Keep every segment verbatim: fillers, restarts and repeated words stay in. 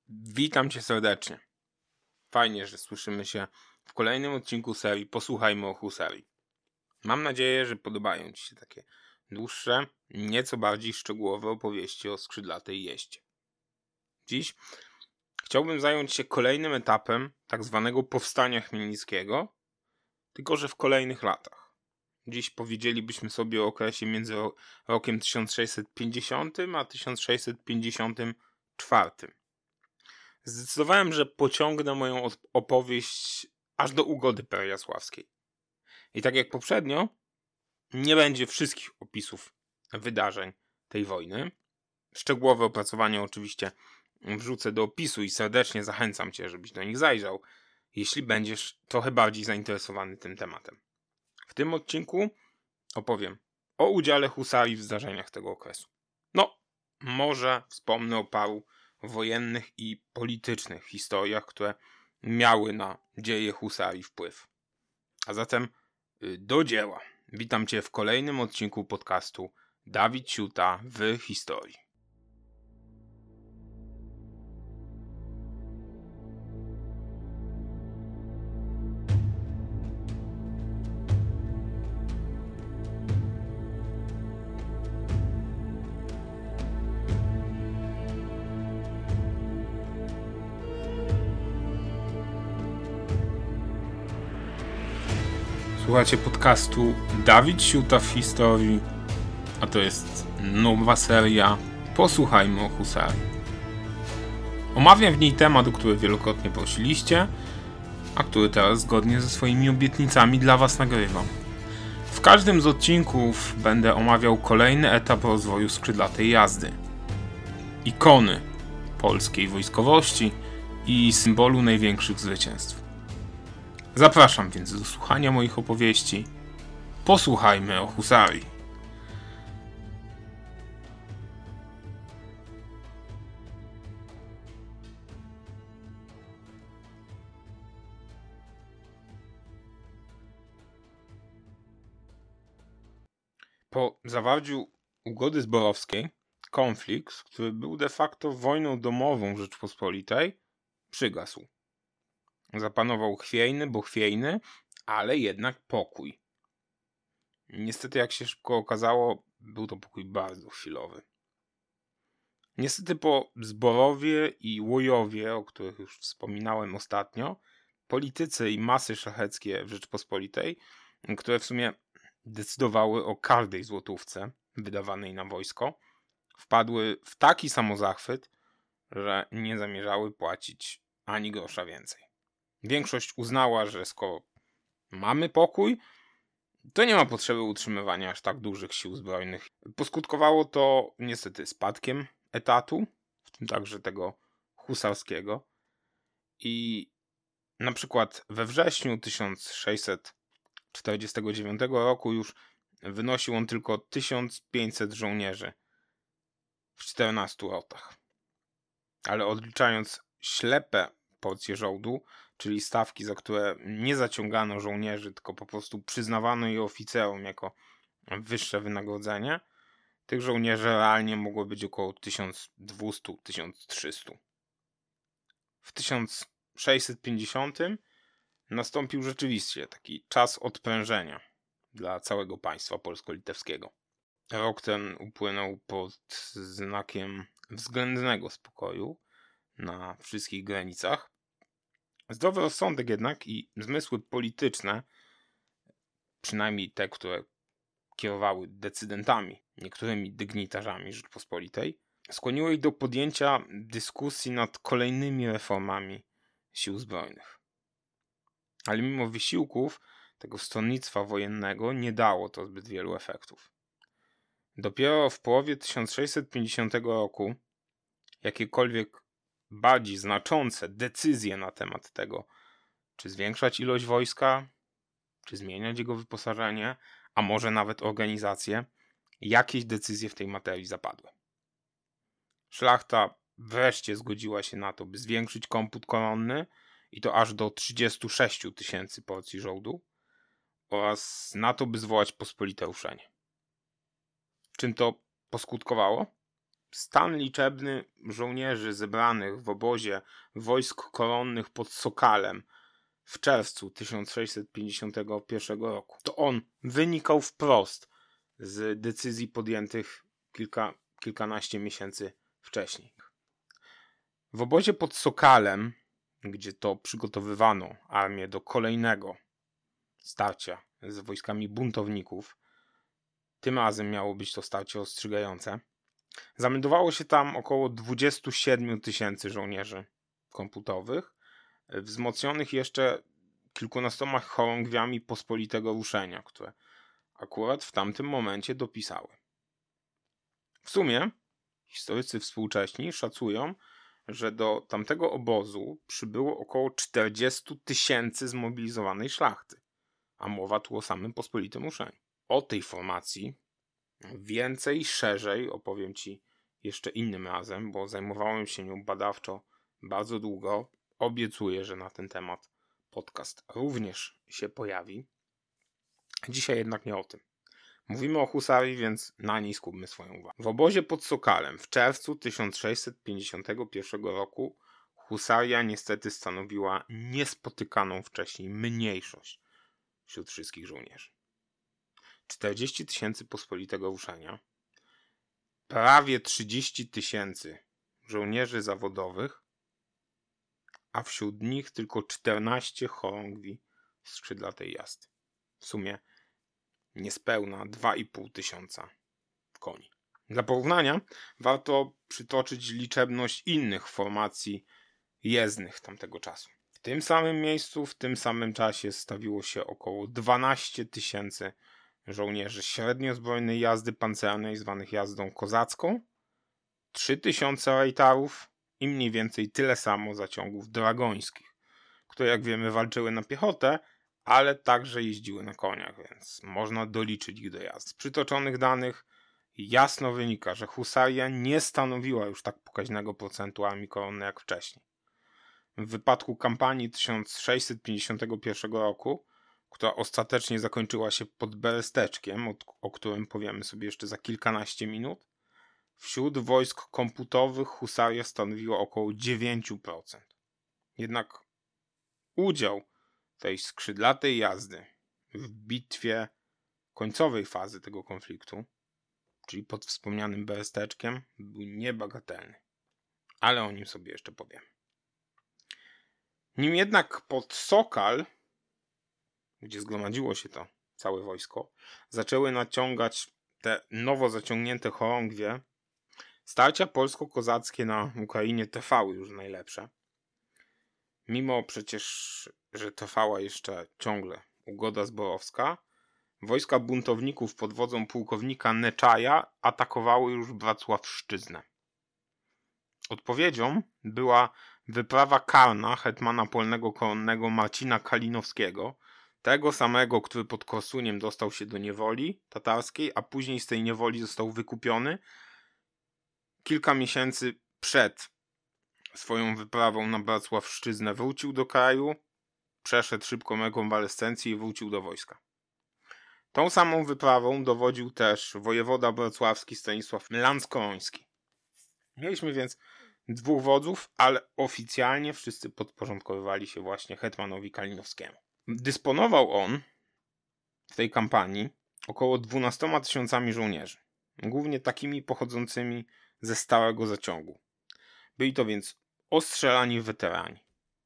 Witam cię serdecznie. Fajnie, że słyszymy się w kolejnym odcinku serii Posłuchajmy o Husarii. Mam nadzieję, że podobają ci się takie dłuższe, nieco bardziej szczegółowe opowieści o skrzydlatej jeździe. Dziś chciałbym zająć się kolejnym etapem tak zwanego powstania chmielnickiego, tylko że w kolejnych latach. Dziś powiedzielibyśmy sobie o okresie między rokiem tysiąc sześćset pięćdziesiątym a tysiąc sześćset pięćdziesiątym czwartym. Zdecydowałem, że pociągnę moją opowieść aż do ugody Perejasławskiej. I tak jak poprzednio, nie będzie wszystkich opisów wydarzeń tej wojny. Szczegółowe opracowanie oczywiście wrzucę do opisu i serdecznie zachęcam cię, żebyś do nich zajrzał, jeśli będziesz trochę bardziej zainteresowany tym tematem. W tym odcinku opowiem o udziale husarii w zdarzeniach tego okresu. No, może wspomnę o paru wojennych i politycznych historiach, które miały na dzieje husarii wpływ. A zatem do dzieła. Witam cię w kolejnym odcinku podcastu Dawid Siuta w historii. Słuchacie podcastu Dawid Siuta w historii, a to jest nowa seria Posłuchajmy o Husarii. Omawiam w niej temat, o który wielokrotnie prosiliście, a który teraz zgodnie ze swoimi obietnicami dla was nagrywam. W każdym z odcinków będę omawiał kolejny etap rozwoju skrzydlatej jazdy. Ikony polskiej wojskowości i symbolu największych zwycięstw. Zapraszam więc do słuchania moich opowieści. Posłuchajmy o husarii. Po zawarciu ugody zborowskiej, konflikt, który był de facto wojną domową Rzeczpospolitej, przygasł. Zapanował chwiejny, bo chwiejny, ale jednak pokój. Niestety, jak się szybko okazało, był to pokój bardzo chwilowy. Niestety po Zborowie i Łojowie, o których już wspominałem ostatnio, politycy i masy szlacheckie w Rzeczpospolitej, które w sumie decydowały o każdej złotówce wydawanej na wojsko, wpadły w taki samozachwyt, że nie zamierzały płacić ani grosza więcej. Większość uznała, że skoro mamy pokój, to nie ma potrzeby utrzymywania aż tak dużych sił zbrojnych. Poskutkowało to niestety spadkiem etatu, w tym także tego husarskiego. I na przykład we wrześniu tysiąc sześćset czterdziestego dziewiątego roku już wynosił on tylko tysiąc pięćset żołnierzy w czternastu rotach. Ale odliczając ślepe porcje żołdu, czyli stawki, za które nie zaciągano żołnierzy, tylko po prostu przyznawano je oficerom jako wyższe wynagrodzenie, tych żołnierzy realnie mogło być około tysiąc dwieście do tysiąc trzysta. W tysiąc sześćset pięćdziesiątym nastąpił rzeczywiście taki czas odprężenia dla całego państwa polsko-litewskiego. Rok ten upłynął pod znakiem względnego spokoju na wszystkich granicach. Zdrowy rozsądek jednak i zmysły polityczne, przynajmniej te, które kierowały decydentami, niektórymi dygnitarzami Rzeczpospolitej, skłoniły ich do podjęcia dyskusji nad kolejnymi reformami sił zbrojnych. Ale mimo wysiłków tego stronnictwa wojennego nie dało to zbyt wielu efektów. Dopiero w połowie tysiąc sześćset pięćdziesiątego roku jakiekolwiek bardziej znaczące decyzje na temat tego, czy zwiększać ilość wojska, czy zmieniać jego wyposażenie, a może nawet organizację, jakieś decyzje w tej materii zapadły. Szlachta wreszcie zgodziła się na to, by zwiększyć komput koronny i to aż do trzydziestu sześciu tysięcy porcji żołdu oraz na to, by zwołać pospolite ruszenie. Czym to poskutkowało? stan liczebny żołnierzy zebranych w obozie wojsk koronnych pod Sokalem w czerwcu tysiąc sześćset pięćdziesiątego pierwszego roku, to on wynikał wprost z decyzji podjętych kilka, kilkanaście miesięcy wcześniej. W obozie pod Sokalem, gdzie to przygotowywano armię do kolejnego starcia z wojskami buntowników, tym razem miało być to starcie ostrzygające, zameldowało się tam około dwadzieścia siedem tysięcy żołnierzy komputowych, wzmocnionych jeszcze kilkunastoma chorągwiami pospolitego ruszenia, które akurat w tamtym momencie dopisały. W sumie historycy współcześni szacują, że do tamtego obozu przybyło około czterdzieści tysięcy zmobilizowanej szlachty, a mowa tu o samym pospolitym ruszeniu. O tej formacji więcej, szerzej opowiem Ci jeszcze innym razem, bo zajmowałem się nią badawczo bardzo długo. Obiecuję, że na ten temat podcast również się pojawi. Dzisiaj jednak nie o tym. Mówimy o husarii, więc na niej skupmy swoją uwagę. W obozie pod Sokalem w czerwcu tysiąc sześćset pięćdziesiątego pierwszego roku husaria niestety stanowiła niespotykaną wcześniej mniejszość wśród wszystkich żołnierzy. czterdzieści tysięcy pospolitego ruszenia, prawie trzydzieści tysięcy żołnierzy zawodowych, a wśród nich tylko czternaście chorągwi skrzydlatej jazdy. W sumie niespełna dwa i pół tysiąca koni. Dla porównania warto przytoczyć liczebność innych formacji jezdnych tamtego czasu. W tym samym miejscu, w tym samym czasie stawiło się około dwanaście tysięcy żołnierzy średniozbrojnej jazdy pancernej, zwanych jazdą kozacką, trzy tysiące rejtarów i mniej więcej tyle samo zaciągów dragońskich, które jak wiemy walczyły na piechotę, ale także jeździły na koniach, więc można doliczyć ich do jazdy. Z przytoczonych danych jasno wynika, że husaria nie stanowiła już tak pokaźnego procentu armii koronnej jak wcześniej. W wypadku kampanii tysiąc sześćset pięćdziesiątego pierwszego roku, która ostatecznie zakończyła się pod Beresteczkiem, o, o którym powiemy sobie jeszcze za kilkanaście minut, wśród wojsk komputowych husaria stanowiła około dziewięć procent. Jednak udział tej skrzydlatej jazdy w bitwie końcowej fazy tego konfliktu, czyli pod wspomnianym Beresteczkiem, był niebagatelny. Ale o nim sobie jeszcze powiem. Nim jednak pod Sokal, gdzie zgromadziło się to całe wojsko, zaczęły naciągać te nowo zaciągnięte chorągwie, starcia polsko-kozackie na Ukrainie trwały już najlepsze. Mimo przecież, że trwała jeszcze ciągle ugoda zborowska, wojska buntowników pod wodzą pułkownika Neczaja atakowały już Wrocławszczyznę. Odpowiedzią była wyprawa karna hetmana polnego koronnego Marcina Kalinowskiego, tego samego, który pod Korsuniem dostał się do niewoli tatarskiej, a później z tej niewoli został wykupiony. Kilka miesięcy przed swoją wyprawą na Wrocławszczyznę wrócił do kraju, przeszedł szybką rekonwalescencję i wrócił do wojska. Tą samą wyprawą dowodził też wojewoda wrocławski Stanisław Lans-Koroński. Mieliśmy więc dwóch wodzów, ale oficjalnie wszyscy podporządkowywali się właśnie hetmanowi Kalinowskiemu. Dysponował on w tej kampanii około dwunastoma tysiącami żołnierzy, głównie takimi pochodzącymi ze stałego zaciągu. Byli to więc ostrzelani weterani.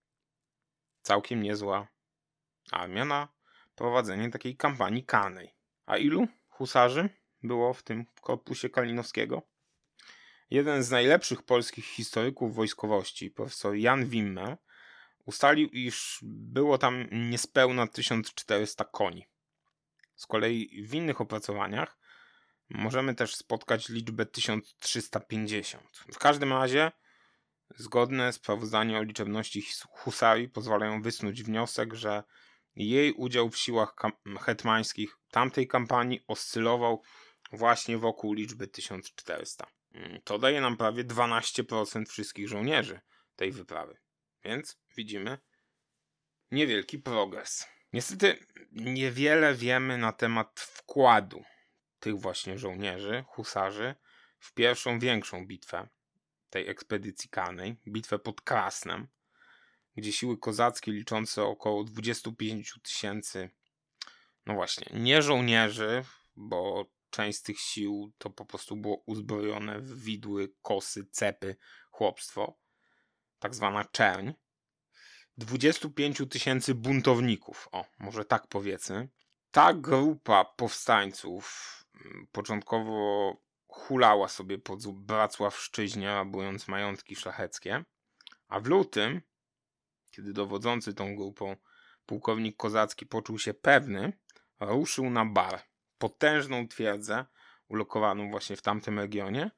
Całkiem niezła armia na prowadzenie takiej kampanii karnej. A ilu husarzy było w tym korpusie Kalinowskiego? Jeden z najlepszych polskich historyków wojskowości, profesor Jan Wimmer, ustalił, iż było tam niespełna tysiąc czterysta koni. Z kolei w innych opracowaniach możemy też spotkać liczbę tysiąc trzysta pięćdziesiąt. W każdym razie zgodne sprawozdania o liczebności husarii pozwalają wysnuć wniosek, że jej udział w siłach hetmańskich tamtej kampanii oscylował właśnie wokół liczby tysiąc czterysta. To daje nam prawie dwanaście procent wszystkich żołnierzy tej wyprawy. Więc widzimy niewielki progres. Niestety niewiele wiemy na temat wkładu tych właśnie żołnierzy, husarzy, w pierwszą większą bitwę tej ekspedycji karnej, bitwę pod Krasnem, gdzie siły kozackie liczące około dwadzieścia pięć tysięcy, no właśnie, nie żołnierzy, bo część z tych sił to po prostu było uzbrojone w widły, kosy, cepy, chłopstwo, tak zwana czerń. dwadzieścia pięć tysięcy buntowników, o, może tak powiedzmy. Ta grupa powstańców początkowo hulała sobie pod Bracławszczyźnie, rabując majątki szlacheckie, a w lutym, kiedy dowodzący tą grupą pułkownik kozacki poczuł się pewny, ruszył na Bar, potężną twierdzę ulokowaną właśnie w tamtym regionie,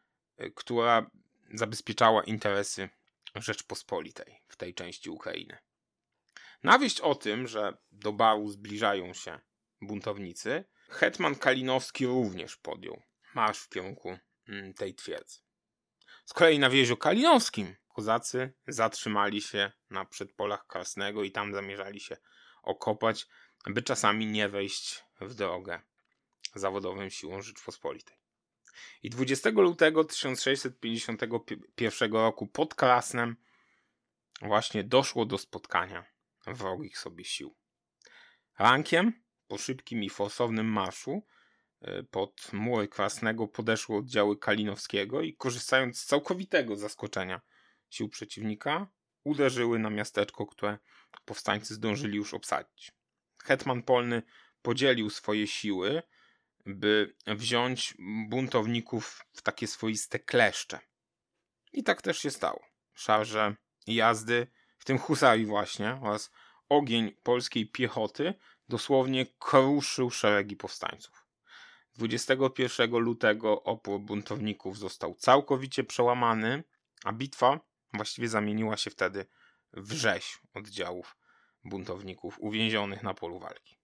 która zabezpieczała interesy Rzeczpospolitej w tej części Ukrainy. Na wieść o tym, że do Baru zbliżają się buntownicy, hetman Kalinowski również podjął marsz w kierunku tej twierdzy. Z kolei na wieziu kalinowskim kozacy zatrzymali się na przedpolach Krasnego i tam zamierzali się okopać, by czasami nie wejść w drogę zawodowym siłom Rzeczpospolitej. I dwudziestego lutego tysiąc sześćset pięćdziesiątego pierwszego roku pod Krasnem właśnie doszło do spotkania wrogich sobie sił. Rankiem, po szybkim i forsownym marszu pod mury Krasnego podeszły oddziały Kalinowskiego i korzystając z całkowitego zaskoczenia sił przeciwnika, uderzyły na miasteczko, które powstańcy zdążyli już obsadzić. Hetman Polny podzielił swoje siły, by wziąć buntowników w takie swoiste kleszcze. I tak też się stało. Szarże jazdy, w tym husarii właśnie, oraz ogień polskiej piechoty dosłownie kruszył szeregi powstańców. dwudziestego pierwszego lutego opór buntowników został całkowicie przełamany, a bitwa właściwie zamieniła się wtedy w rzeź oddziałów buntowników uwięzionych na polu walki.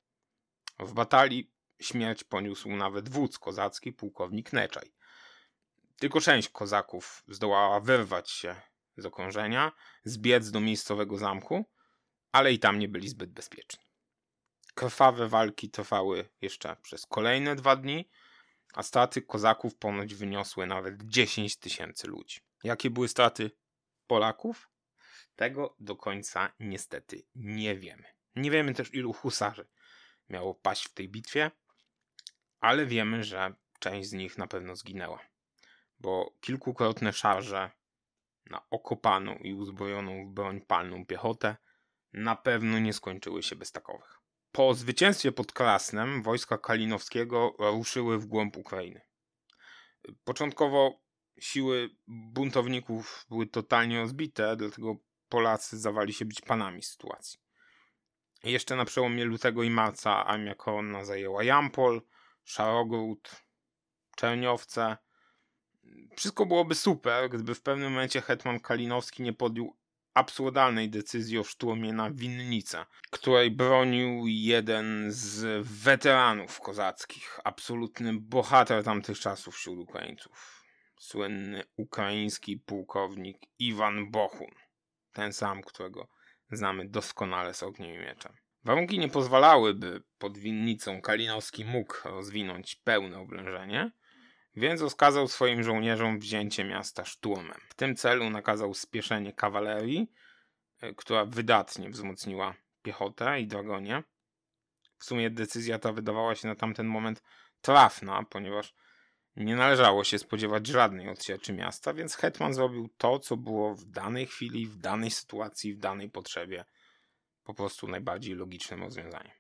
W batalii śmierć poniósł nawet wódz kozacki, pułkownik Neczaj. Tylko część kozaków zdołała wyrwać się z okrążenia, zbiec do miejscowego zamku, ale i tam nie byli zbyt bezpieczni. Krwawe walki trwały jeszcze przez kolejne dwa dni, a straty kozaków ponoć wyniosły nawet dziesięć tysięcy ludzi. Jakie były straty Polaków? Tego do końca niestety nie wiemy. Nie wiemy też, ilu husarzy miało paść w tej bitwie, ale wiemy, że część z nich na pewno zginęła, bo kilkukrotne szarże na okopaną i uzbrojoną w broń palną piechotę na pewno nie skończyły się bez takowych. Po zwycięstwie pod Krasnem wojska Kalinowskiego ruszyły w głąb Ukrainy. Początkowo siły buntowników były totalnie rozbite, dlatego Polacy zawali się być panami sytuacji. Jeszcze na przełomie lutego i marca armia koronna zajęła Jampol, Szarogród, Czerniowce. Wszystko byłoby super, gdyby w pewnym momencie hetman Kalinowski nie podjął absurdalnej decyzji o szturmie na Winnicę, której bronił jeden z weteranów kozackich, absolutny bohater tamtych czasów wśród Ukraińców. Słynny ukraiński pułkownik Iwan Bohun. Ten sam, którego znamy doskonale z Ogniem i Mieczem. Warunki nie pozwalały, by pod Winnicą Kalinowski mógł rozwinąć pełne oblężenie, więc rozkazał swoim żołnierzom wzięcie miasta szturmem. W tym celu nakazał spieszenie kawalerii, która wydatnie wzmocniła piechotę i dragonię. W sumie decyzja ta wydawała się na tamten moment trafna, ponieważ nie należało się spodziewać żadnej odsieczy miasta, więc hetman zrobił to, co było w danej chwili, w danej sytuacji, w danej potrzebie po prostu najbardziej logicznym rozwiązaniem.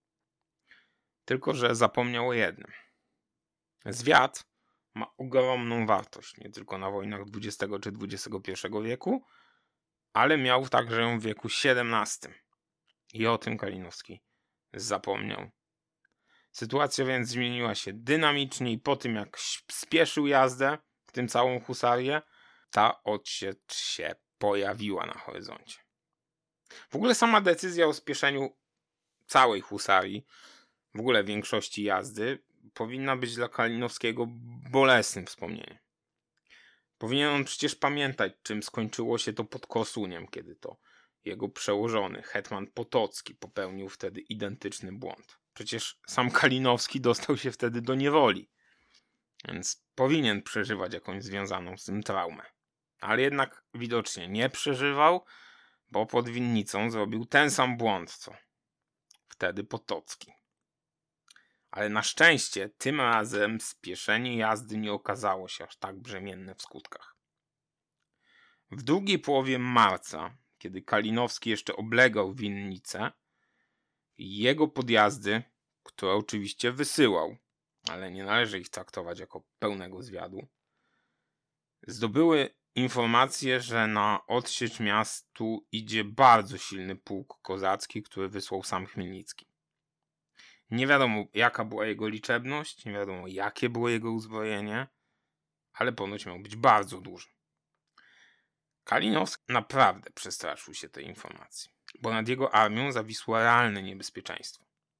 Tylko że zapomniał o jednym. Zwiad ma ogromną wartość, nie tylko na wojnach dwudziestego czy dwudziestego pierwszego wieku, ale miał także ją w wieku siedemnastym. I o tym Kalinowski zapomniał. Sytuacja więc zmieniła się dynamicznie i po tym, jak spieszył jazdę, w tym całą husarię, ta odsiecz się pojawiła na horyzoncie. W ogóle sama decyzja o spieszeniu całej husarii, w ogóle większości jazdy, powinna być dla Kalinowskiego bolesnym wspomnieniem. Powinien on przecież pamiętać, czym skończyło się to pod Korsuniem, kiedy to jego przełożony, hetman Potocki, popełnił wtedy identyczny błąd. Przecież sam Kalinowski dostał się wtedy do niewoli. więc powinien przeżywać jakąś związaną z tym traumę. Ale jednak widocznie nie przeżywał, bo pod winnicą zrobił ten sam błąd, co wtedy Potocki. Ale na szczęście tym razem spieszenie jazdy nie okazało się aż tak brzemienne w skutkach. W drugiej połowie marca, kiedy Kalinowski jeszcze oblegał winnicę, jego podjazdy, które oczywiście wysyłał, ale nie należy ich traktować jako pełnego zwiadu, zdobyły informację, że na odsiecz miastu idzie bardzo silny pułk kozacki, który wysłał sam Chmielnicki. Nie wiadomo, jaka była jego liczebność, nie wiadomo, jakie było jego uzbrojenie, ale ponoć miał być bardzo duży. Kalinowski naprawdę przestraszył się tej informacji, bo nad jego armią zawisło realne niebezpieczeństwo.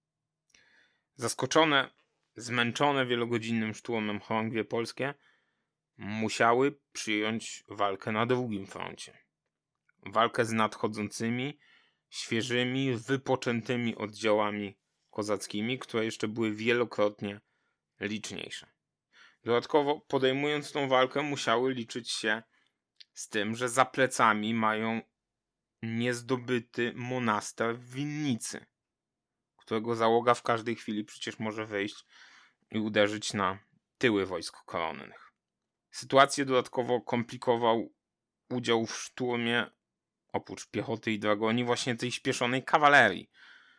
Zaskoczone, zmęczone wielogodzinnym szturmem chorągwie polskie musiały przyjąć walkę na drugim froncie. Walkę z nadchodzącymi, świeżymi, wypoczętymi oddziałami kozackimi, które jeszcze były wielokrotnie liczniejsze. Dodatkowo, podejmując tą walkę, musiały liczyć się z tym, że za plecami mają niezdobyty monaster w winnicy, którego załoga w każdej chwili przecież może wejść i uderzyć na tyły wojsk koronnych. Sytuację dodatkowo komplikował udział w szturmie, oprócz piechoty i dragoni, właśnie tej śpieszonej kawalerii,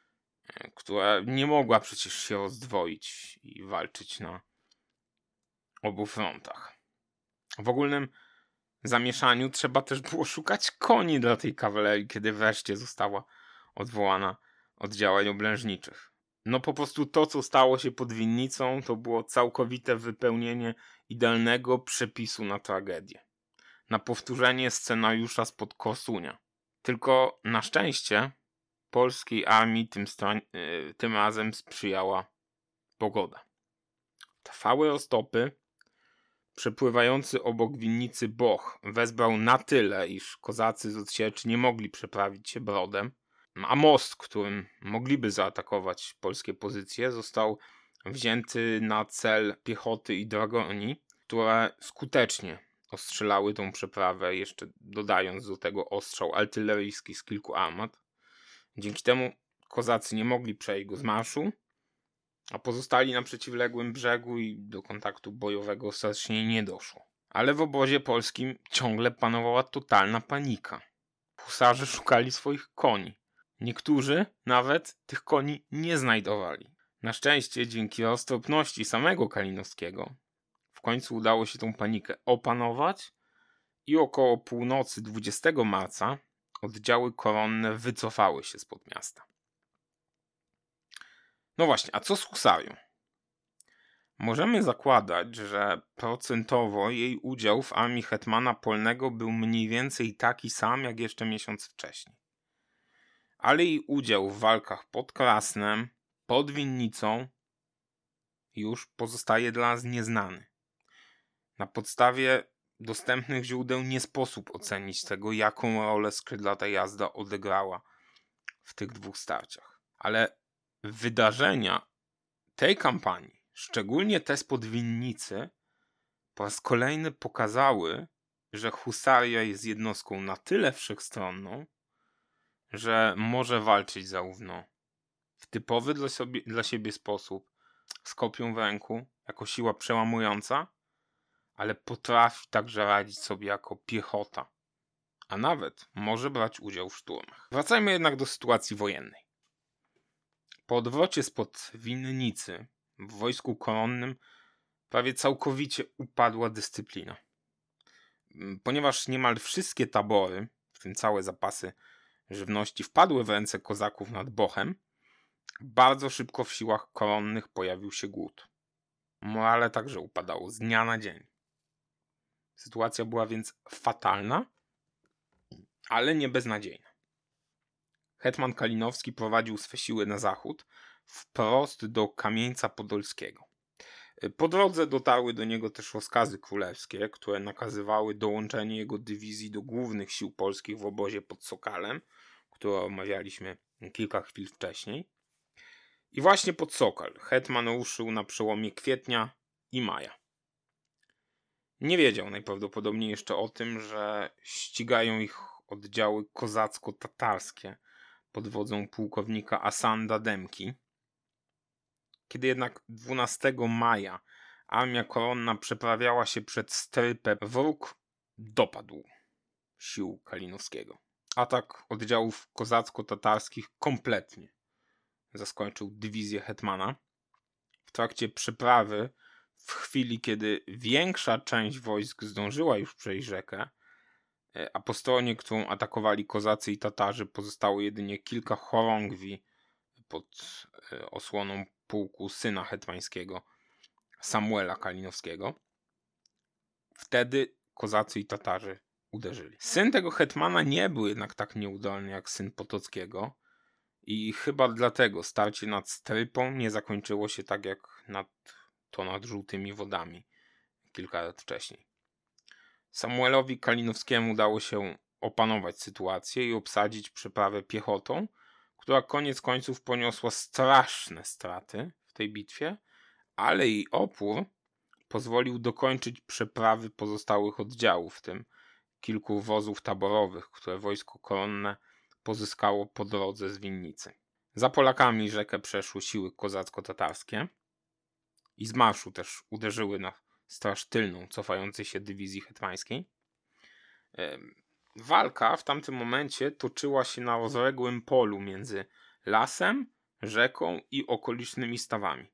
która nie mogła przecież się rozdwoić i walczyć na obu frontach. W ogólnym zamieszaniu trzeba też było szukać koni dla tej kawalerii, kiedy wreszcie została odwołana od działań oblężniczych. No po prostu to, co stało się pod winnicą, to było całkowite wypełnienie idealnego przepisu na tragedię. Na powtórzenie scenariusza spod Korsunia. Tylko na szczęście polskiej armii tym, stra- yy, tym razem sprzyjała pogoda. Trwały roztopy. Przepływający obok winnicy Boch wezbrał na tyle, iż kozacy z odsieczy nie mogli przeprawić się brodem, a most, którym mogliby zaatakować polskie pozycje, został wzięty na cel piechoty i dragoni, które skutecznie ostrzelały tą przeprawę, jeszcze dodając do tego ostrzał artyleryjski z kilku armat. Dzięki temu kozacy nie mogli przejść go z marszu, a pozostali na przeciwległym brzegu i do kontaktu bojowego ostatecznie nie doszło. Ale w obozie polskim ciągle panowała totalna panika. Husarze szukali swoich koni. Niektórzy nawet tych koni nie znajdowali. Na szczęście dzięki roztropności samego Kalinowskiego w końcu udało się tą panikę opanować i około północy dwudziestego marca oddziały koronne wycofały się spod miasta. No właśnie, a co z husarią? Możemy zakładać, że procentowo jej udział w armii hetmana Polnego był mniej więcej taki sam jak jeszcze miesiąc wcześniej. Ale jej udział w walkach pod Krasnem, pod Winnicą już pozostaje dla nas nieznany. Na podstawie dostępnych źródeł nie sposób ocenić tego, jaką rolę skrzydlata jazda odegrała w tych dwóch starciach. Ale wydarzenia tej kampanii, szczególnie te spod Winnicy, po raz kolejny pokazały, że husaria jest jednostką na tyle wszechstronną, że może walczyć zarówno w typowy dla, sobie, dla siebie sposób, z kopią w ręku, jako siła przełamująca, ale potrafi także radzić sobie jako piechota, a nawet może brać udział w szturmach. Wracajmy jednak do sytuacji wojennej. Po odwrocie spod Winnicy w wojsku koronnym prawie całkowicie upadła dyscyplina. Ponieważ niemal wszystkie tabory, w tym całe zapasy żywności, wpadły w ręce kozaków nad Bochem, bardzo szybko w siłach koronnych pojawił się głód. Morale także upadało z dnia na dzień. Sytuacja była więc fatalna, ale nie beznadziejna. Hetman Kalinowski prowadził swe siły na zachód, wprost do Kamieńca Podolskiego. Po drodze dotarły do niego też rozkazy królewskie, które nakazywały dołączenie jego dywizji do głównych sił polskich w obozie pod Sokalem, które omawialiśmy kilka chwil wcześniej. I właśnie pod Sokal hetman ruszył na przełomie kwietnia i maja. Nie wiedział najprawdopodobniej jeszcze o tym, że ścigają ich oddziały kozacko-tatarskie pod wodzą pułkownika Asanda Demki. Kiedy jednak dwunastego maja armia koronna przeprawiała się przed Strypę, wróg dopadł sił Kalinowskiego. Atak oddziałów kozacko-tatarskich kompletnie zaskoczył dywizję hetmana. W trakcie przeprawy, w chwili kiedy większa część wojsk zdążyła już przejść rzekę, a po stronie, którą atakowali kozacy i Tatarzy, pozostało jedynie kilka chorągwi pod osłoną pułku syna hetmańskiego, Samuela Kalinowskiego. Wtedy kozacy i Tatarzy uderzyli. Syn tego hetmana nie był jednak tak nieudolny jak syn Potockiego i chyba dlatego starcie nad Strypą nie zakończyło się tak jak nad, to nad Żółtymi Wodami kilka lat wcześniej. Samuelowi Kalinowskiemu udało się opanować sytuację i obsadzić przeprawę piechotą, która koniec końców poniosła straszne straty w tej bitwie, ale jej opór pozwolił dokończyć przeprawy pozostałych oddziałów, w tym kilku wozów taborowych, które wojsko koronne pozyskało po drodze z Winnicy. Za Polakami rzekę przeszły siły kozacko-tatarskie i z marszu też uderzyły na straż tylną cofającej się dywizji hetmańskiej. Walka w tamtym momencie toczyła się na rozległym polu między lasem, rzeką i okolicznymi stawami.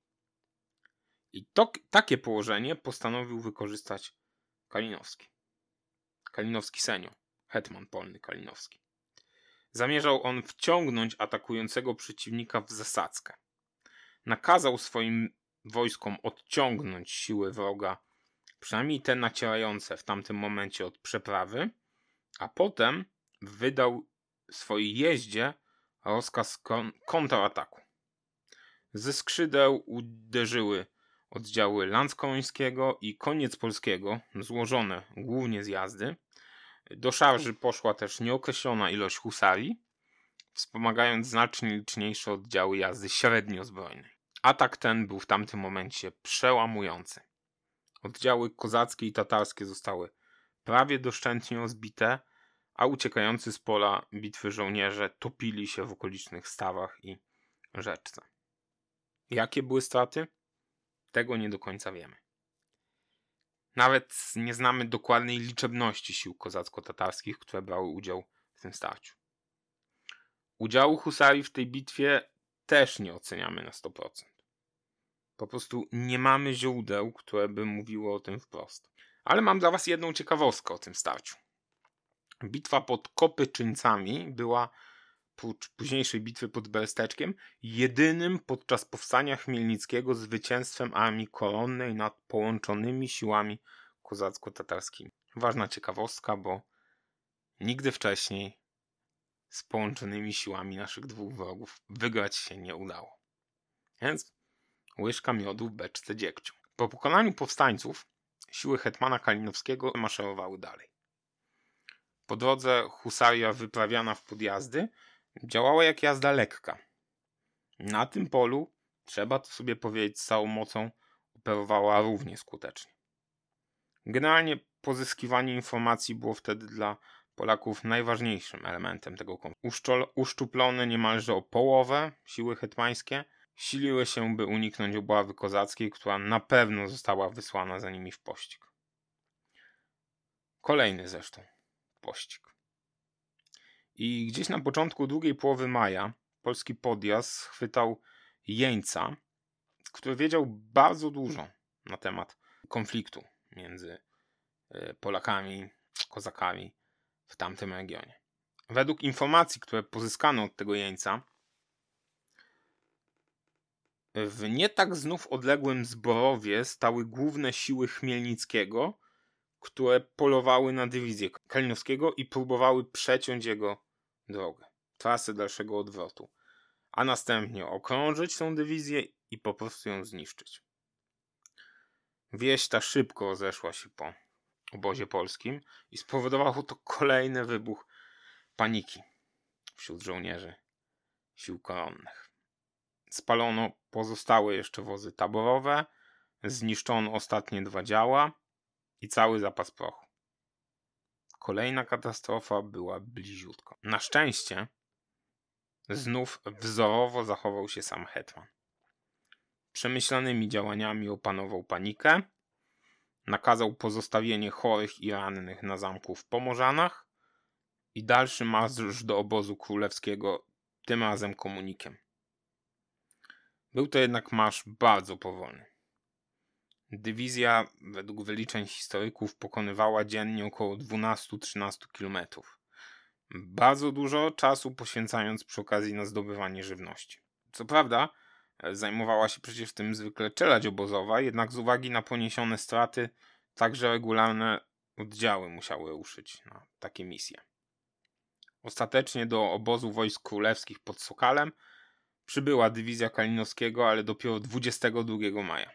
I to, takie położenie postanowił wykorzystać Kalinowski. Kalinowski senior, hetman polny Kalinowski. Zamierzał on wciągnąć atakującego przeciwnika w zasadzkę. Nakazał swoim wojskom odciągnąć siły wroga, przynajmniej te nacierające w tamtym momencie od przeprawy, a potem wydał swojej jeździe rozkaz kon- kontrataku. Ze skrzydeł uderzyły oddziały Lanskorońskiego i Koniec Polskiego, złożone głównie z jazdy. Do szarży poszła też nieokreślona ilość husarii, wspomagając znacznie liczniejsze oddziały jazdy średniozbrojnej. Atak ten był w tamtym momencie przełamujący. Oddziały kozackie i tatarskie zostały prawie doszczętnie rozbite, a uciekający z pola bitwy żołnierze topili się w okolicznych stawach i rzeczce. Jakie były straty? Tego nie do końca wiemy. Nawet nie znamy dokładnej liczebności sił kozacko-tatarskich, które brały udział w tym starciu. Udziału husarii w tej bitwie też nie oceniamy na sto procent. Po prostu nie mamy źródeł, które by mówiły o tym wprost. Ale mam dla was jedną ciekawostkę o tym starciu. Bitwa pod Kopyczyńcami była, prócz późniejszej bitwy pod Beresteczkiem, jedynym podczas powstania chmielnickiego zwycięstwem armii koronnej nad połączonymi siłami kozacko-tatarskimi. Ważna ciekawostka, bo nigdy wcześniej z połączonymi siłami naszych dwóch wrogów wygrać się nie udało. Więc łyżka miodu w beczce dziegciu. Po pokonaniu powstańców siły hetmana Kalinowskiego maszerowały dalej. Po drodze husaria wyprawiana w podjazdy działała jak jazda lekka. Na tym polu, trzeba to sobie powiedzieć z całą mocą, operowała równie skutecznie. Generalnie pozyskiwanie informacji było wtedy dla Polaków najważniejszym elementem tego konfliktu. Uszczuplone niemalże o połowę siły hetmańskie siliły się, by uniknąć obławy kozackiej, która na pewno została wysłana za nimi w pościg. Kolejny zresztą pościg. I gdzieś na początku drugiej połowy maja polski podjazd schwytał jeńca, który wiedział bardzo dużo na temat konfliktu między Polakami, kozakami w tamtym regionie. Według informacji, które pozyskano od tego jeńca, w nie tak znów odległym Zborowie stały główne siły Chmielnickiego, które polowały na dywizję Kalinowskiego i próbowały przeciąć jego drogę, trasę dalszego odwrotu, a następnie okrążyć tą dywizję i po prostu ją zniszczyć. Wieść ta szybko rozeszła się po obozie polskim i spowodowało to kolejny wybuch paniki wśród żołnierzy sił koronnych. Spalono pozostałe jeszcze wozy taborowe, zniszczono ostatnie dwa działa i cały zapas prochu. Kolejna katastrofa była bliziutko. Na szczęście znów wzorowo zachował się sam hetman. Przemyślanymi działaniami opanował panikę, nakazał pozostawienie chorych i rannych na zamku w Pomorzanach i dalszy marsz do obozu królewskiego, tym razem komunikiem. Był to jednak marsz bardzo powolny. Dywizja, według wyliczeń historyków, pokonywała dziennie około dwanaście do trzynastu kilometrów. Bardzo dużo czasu poświęcając przy okazji na zdobywanie żywności. Co prawda, zajmowała się przecież tym zwykle czelać obozowa, jednak z uwagi na poniesione straty, także regularne oddziały musiały ruszyć na takie misje. Ostatecznie do obozu wojsk królewskich pod Sokalem przybyła dywizja Kalinowskiego, ale dopiero dwudziestego drugiego maja.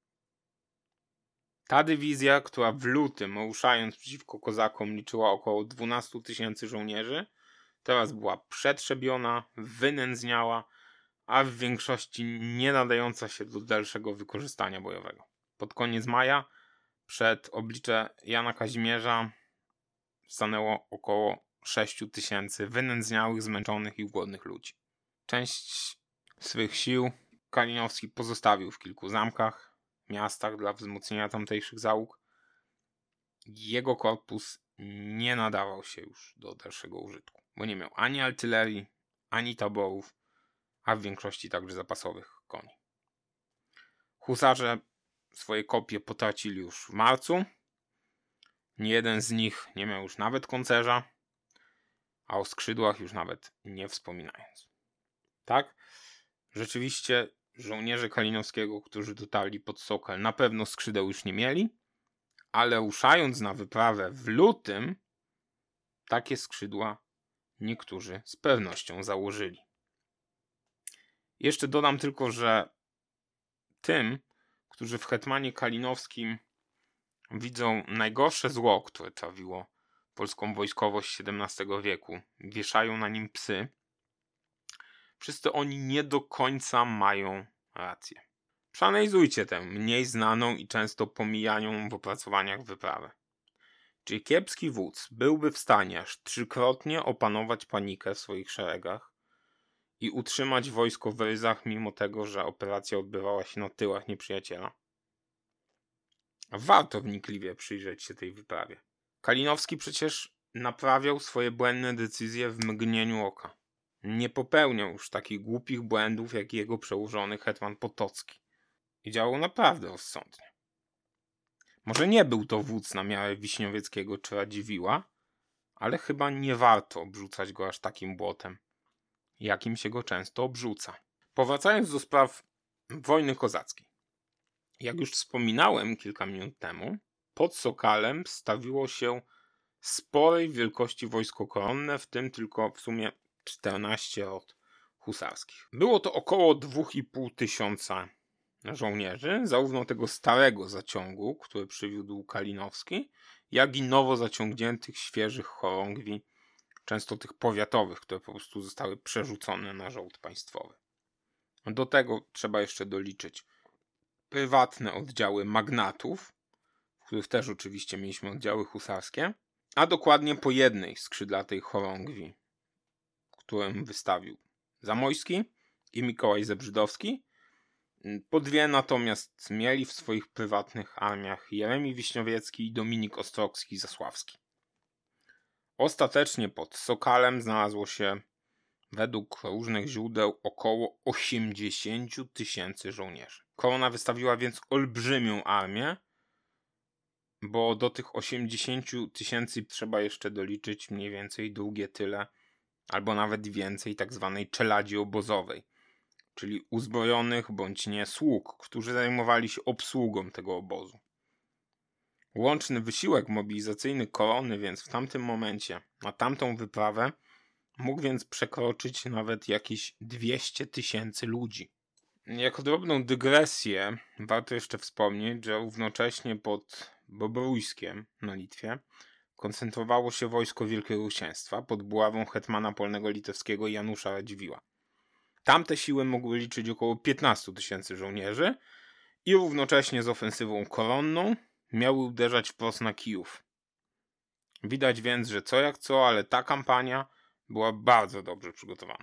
Ta dywizja, która w lutym, ruszając przeciwko kozakom, liczyła około dwanaście tysięcy żołnierzy, teraz była przetrzebiona, wynędzniała, a w większości nie nadająca się do dalszego wykorzystania bojowego. Pod koniec maja przed oblicze Jana Kazimierza stanęło około sześć tysięcy wynędzniałych, zmęczonych i głodnych ludzi. Część swych sił Kalinowski pozostawił w kilku zamkach, miastach dla wzmocnienia tamtejszych załóg. Jego korpus nie nadawał się już do dalszego użytku, bo nie miał ani artylerii, ani taborów, a w większości także zapasowych koni. Husarze swoje kopie potracili już w marcu. Niejeden z nich nie miał już nawet koncerza, a o skrzydłach już nawet nie wspominając. Tak, rzeczywiście żołnierze Kalinowskiego, którzy dotarli pod Sokal, na pewno skrzydeł już nie mieli, ale ruszając na wyprawę w lutym, takie skrzydła niektórzy z pewnością założyli. Jeszcze dodam tylko, że tym, którzy w hetmanie Kalinowskim widzą najgorsze zło, które trawiło polską wojskowość siedemnastego wieku, wieszają na nim psy, wszyscy oni nie do końca mają rację. Przeanalizujcie tę mniej znaną i często pomijaną w opracowaniach wyprawę. Czy kiepski wódz byłby w stanie aż trzykrotnie opanować panikę w swoich szeregach i utrzymać wojsko w ryzach, mimo tego, że operacja odbywała się na tyłach nieprzyjaciela? Warto wnikliwie przyjrzeć się tej wyprawie. Kalinowski przecież naprawiał swoje błędne decyzje w mgnieniu oka. Nie popełniał już takich głupich błędów jak jego przełożony hetman Potocki. I działał naprawdę rozsądnie. Może nie był to wódz na miarę Wiśniowieckiego czy Radziwiłła, ale chyba nie warto obrzucać go aż takim błotem, jakim się go często obrzuca. Powracając do spraw wojny kozackiej. Jak już wspominałem kilka minut temu, pod Sokalem stawiło się sporej wielkości wojsko koronne, w tym tylko w sumie czternaście rot husarskich. Było to około dwa i pół tysiąca żołnierzy, zarówno tego starego zaciągu, który przywiódł Kalinowski, jak i nowo zaciągniętych, świeżych chorągwi, często tych powiatowych, które po prostu zostały przerzucone na żołd państwowy. Do tego trzeba jeszcze doliczyć prywatne oddziały magnatów, w których też oczywiście mieliśmy oddziały husarskie, a dokładnie po jednej skrzydlatej chorągwi, którą wystawił Zamojski i Mikołaj Zebrzydowski. Po dwie natomiast mieli w swoich prywatnych armiach Jeremi Wiśniowiecki i Dominik Ostrocki-Zasławski. Ostatecznie pod Sokalem znalazło się według różnych źródeł około osiemdziesiąt tysięcy żołnierzy. Korona wystawiła więc olbrzymią armię, bo do tych osiemdziesięciu tysięcy trzeba jeszcze doliczyć mniej więcej drugie tyle, albo nawet więcej tak zwanej czeladzi obozowej, czyli uzbrojonych bądź nie sług, którzy zajmowali się obsługą tego obozu. Łączny wysiłek mobilizacyjny korony więc w tamtym momencie na tamtą wyprawę mógł więc przekroczyć nawet jakieś dwieście tysięcy ludzi. Jako drobną dygresję warto jeszcze wspomnieć, że równocześnie pod Bobrójskiem na Litwie koncentrowało się wojsko Wielkiego Księstwa pod buławą hetmana polnego litewskiego Janusza Radziwiłła. Tamte siły mogły liczyć około piętnaście tysięcy żołnierzy i równocześnie z ofensywą koronną miały uderzać wprost na Kijów. Widać więc, że co jak co, ale ta kampania była bardzo dobrze przygotowana.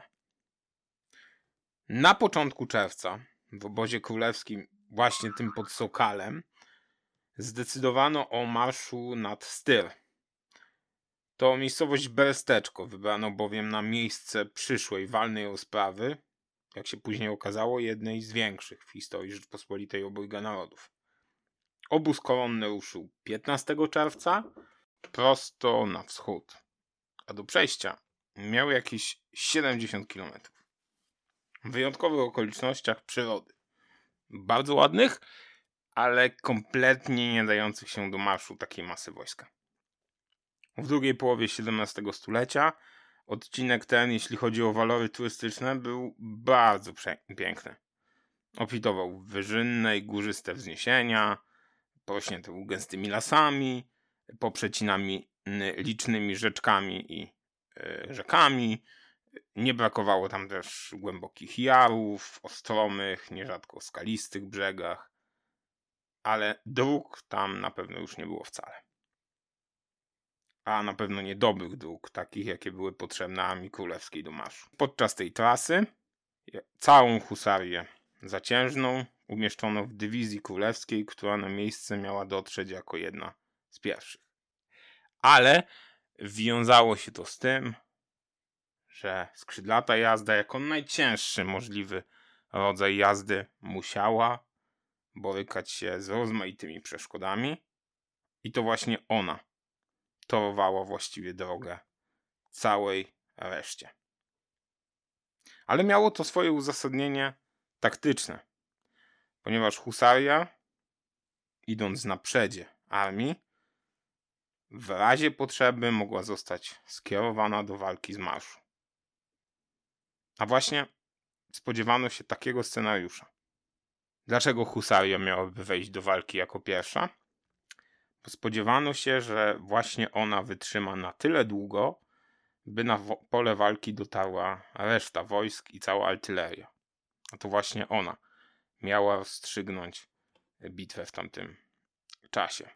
Na początku czerwca w obozie królewskim, właśnie tym pod Sokalem, zdecydowano o marszu nad Styr. To miejscowość Beresteczko wybrano bowiem na miejsce przyszłej walnej rozprawy, jak się później okazało, jednej z większych w historii Rzeczpospolitej obojga narodów. Obóz koronny ruszył piętnastego czerwca prosto na wschód, a do przejścia miał jakieś siedemdziesiąt kilometrów. W wyjątkowych okolicznościach przyrody. Bardzo ładnych, ale kompletnie nie dających się do marszu takiej masy wojska. W drugiej połowie siedemnastego stulecia odcinek ten, jeśli chodzi o walory turystyczne, był bardzo piękny. Obfitował w wyżynne i górzyste wzniesienia, porośnięte był gęstymi lasami, poprzecinami licznymi rzeczkami i y, rzekami. Nie brakowało tam też głębokich jarów, o stromych, nierzadko skalistych brzegach, ale dróg tam na pewno już nie było wcale. A na pewno nie dobrych dróg, takich jakie były potrzebne armii królewskiej do marszu. Podczas tej trasy całą husarię zaciężną umieszczono w dywizji królewskiej, która na miejsce miała dotrzeć jako jedna z pierwszych. Ale wiązało się to z tym, że skrzydlata jazda jako najcięższy możliwy rodzaj jazdy musiała borykać się z rozmaitymi przeszkodami i to właśnie ona torowała właściwie drogę całej reszcie. Ale miało to swoje uzasadnienie taktyczne, ponieważ husaria, idąc na przedzie armii, w razie potrzeby mogła zostać skierowana do walki z marszu. A właśnie spodziewano się takiego scenariusza. Dlaczego husaria miałaby wejść do walki jako pierwsza? Bo spodziewano się, że właśnie ona wytrzyma na tyle długo, by na pole walki dotarła reszta wojsk i cała artyleria. A to właśnie ona miała rozstrzygnąć bitwę w tamtym czasie.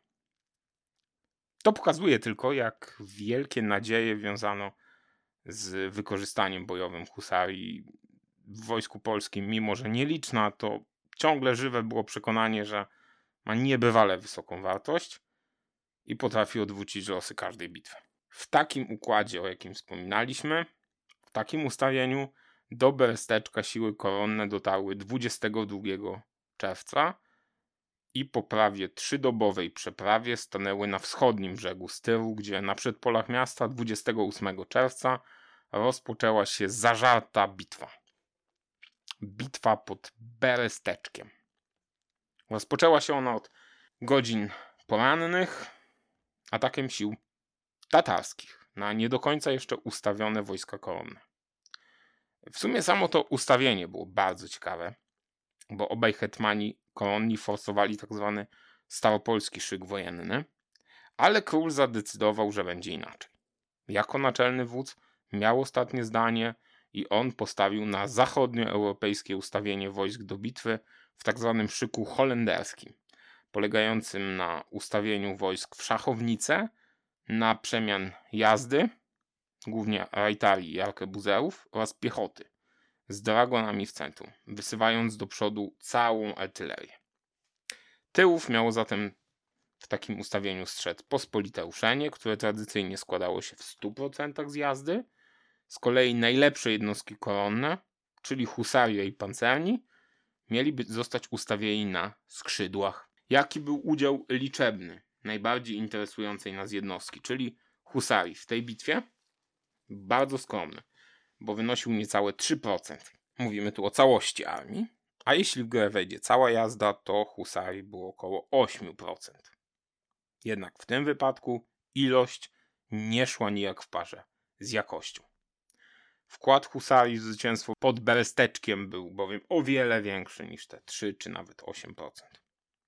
To pokazuje tylko, jak wielkie nadzieje wiązano z wykorzystaniem bojowym husarii w wojsku polskim. Mimo że nieliczna, to ciągle żywe było przekonanie, że ma niebywale wysoką wartość i potrafi odwrócić losy każdej bitwy. W takim układzie, o jakim wspominaliśmy, w takim ustawieniu do Beresteczka siły koronne dotarły dwudziestego drugiego czerwca i po prawie trzydobowej przeprawie stanęły na wschodnim brzegu Styru, gdzie na przedpolach miasta dwudziestego ósmego czerwca rozpoczęła się zażarta bitwa. Bitwa pod Beresteczkiem. Rozpoczęła się ona od godzin porannych atakiem sił tatarskich na nie do końca jeszcze ustawione wojska koronne. W sumie samo to ustawienie było bardzo ciekawe, bo obaj hetmani koronni forsowali tak zwany staropolski szyk wojenny, ale król zadecydował, że będzie inaczej. Jako naczelny wódz miał ostatnie zdanie i on postawił na zachodnioeuropejskie ustawienie wojsk do bitwy w tak zwanym szyku holenderskim, polegającym na ustawieniu wojsk w szachownicę, na przemian jazdy, głównie rajtarii i arkebuzerów oraz piechoty, z dragonami w centrum, wysuwając do przodu całą artylerię. Tyłów miało zatem w takim ustawieniu strzec pospolite ruszenie, które tradycyjnie składało się w stu procentach z jazdy. Z kolei najlepsze jednostki koronne, czyli husaria i pancerni, mieliby zostać ustawieni na skrzydłach. Jaki był udział liczebny najbardziej interesującej nas jednostki, czyli husarii w tej bitwie? Bardzo skromny, bo wynosił niecałe trzy procent. Mówimy tu o całości armii, a jeśli w grę wejdzie cała jazda, to husarii było około osiem procent. Jednak w tym wypadku ilość nie szła nijak w parze z jakością. Wkład husarii w zwycięstwo pod Beresteczkiem był bowiem o wiele większy niż te trzy czy nawet osiem procent.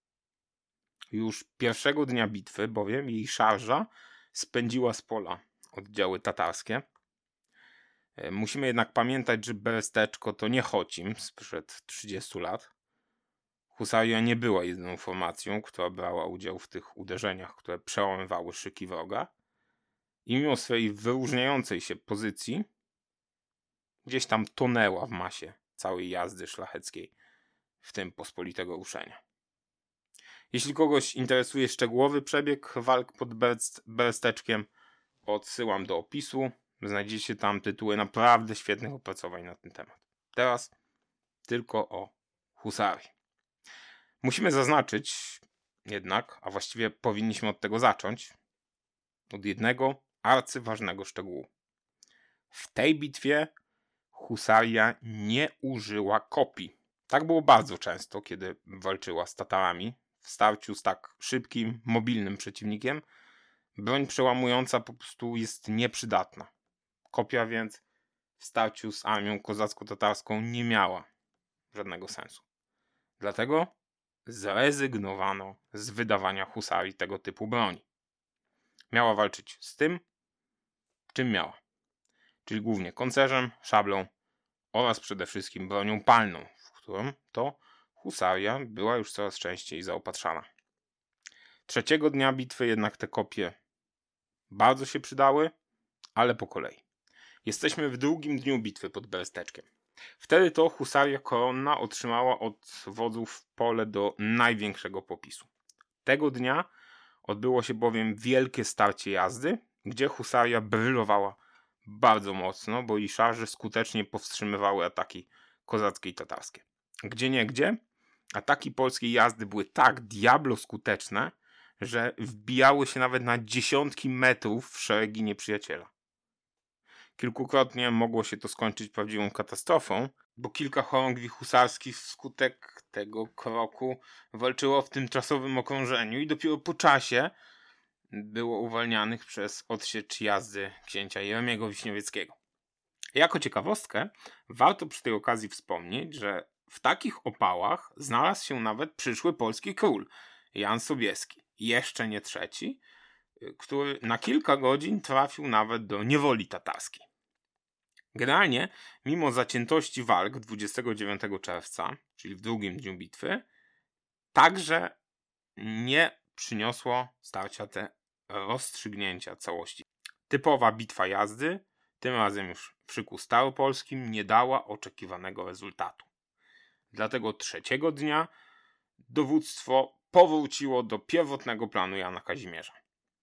Już pierwszego dnia bitwy bowiem jej szarża spędziła z pola oddziały tatarskie. Musimy jednak pamiętać, że Beresteczko to nie Chocim sprzed trzydziestu lat. Husaria nie była jedyną formacją, która brała udział w tych uderzeniach, które przełamywały szyki wroga i mimo swojej wyróżniającej się pozycji gdzieś tam tonęła w masie całej jazdy szlacheckiej, w tym pospolitego ruszenia. Jeśli kogoś interesuje szczegółowy przebieg walk pod Beresteczkiem, odsyłam do opisu. Znajdziecie tam tytuły naprawdę świetnych opracowań na ten temat. Teraz tylko o husarii. Musimy zaznaczyć jednak, a właściwie powinniśmy od tego zacząć, od jednego arcyważnego szczegółu. W tej bitwie husaria nie użyła kopii. Tak było bardzo często, kiedy walczyła z Tatarami. W starciu z tak szybkim, mobilnym przeciwnikiem broń przełamująca po prostu jest nieprzydatna. Kopia więc w starciu z armią kozacko-tatarską nie miała żadnego sensu. Dlatego zrezygnowano z wydawania husarii tego typu broni. Miała walczyć z tym, czym miała, czyli głównie koncerzem, szablą oraz przede wszystkim bronią palną, w którą to husaria była już coraz częściej zaopatrzana. Trzeciego dnia bitwy jednak te kopie bardzo się przydały, ale po kolei. Jesteśmy w drugim dniu bitwy pod Beresteczkiem. Wtedy to husaria koronna otrzymała od wodzów pole do największego popisu. Tego dnia odbyło się bowiem wielkie starcie jazdy, gdzie husaria brylowała bardzo mocno, bo i szarże skutecznie powstrzymywały ataki kozackie i tatarskie. Gdzieniegdzie ataki polskiej jazdy były tak diablo skuteczne, że wbijały się nawet na dziesiątki metrów w szeregi nieprzyjaciela. Kilkukrotnie mogło się to skończyć prawdziwą katastrofą, bo kilka chorągwi husarskich wskutek tego kroku walczyło w tymczasowym okrążeniu i dopiero po czasie było uwalnianych przez odsiecz jazdy księcia Jeremiego Wiśniowieckiego. Jako ciekawostkę warto przy tej okazji wspomnieć, że w takich opałach znalazł się nawet przyszły polski król, Jan Sobieski, jeszcze nie trzeci, który na kilka godzin trafił nawet do niewoli tatarskiej. Generalnie, mimo zaciętości walk dwudziestego dziewiątego czerwca, czyli w drugim dniu bitwy, także nie przyniosło starcia te rozstrzygnięcia całości. Typowa bitwa jazdy, tym razem już w szyku staropolskim, nie dała oczekiwanego rezultatu. Dlatego trzeciego dnia dowództwo powróciło do pierwotnego planu Jana Kazimierza.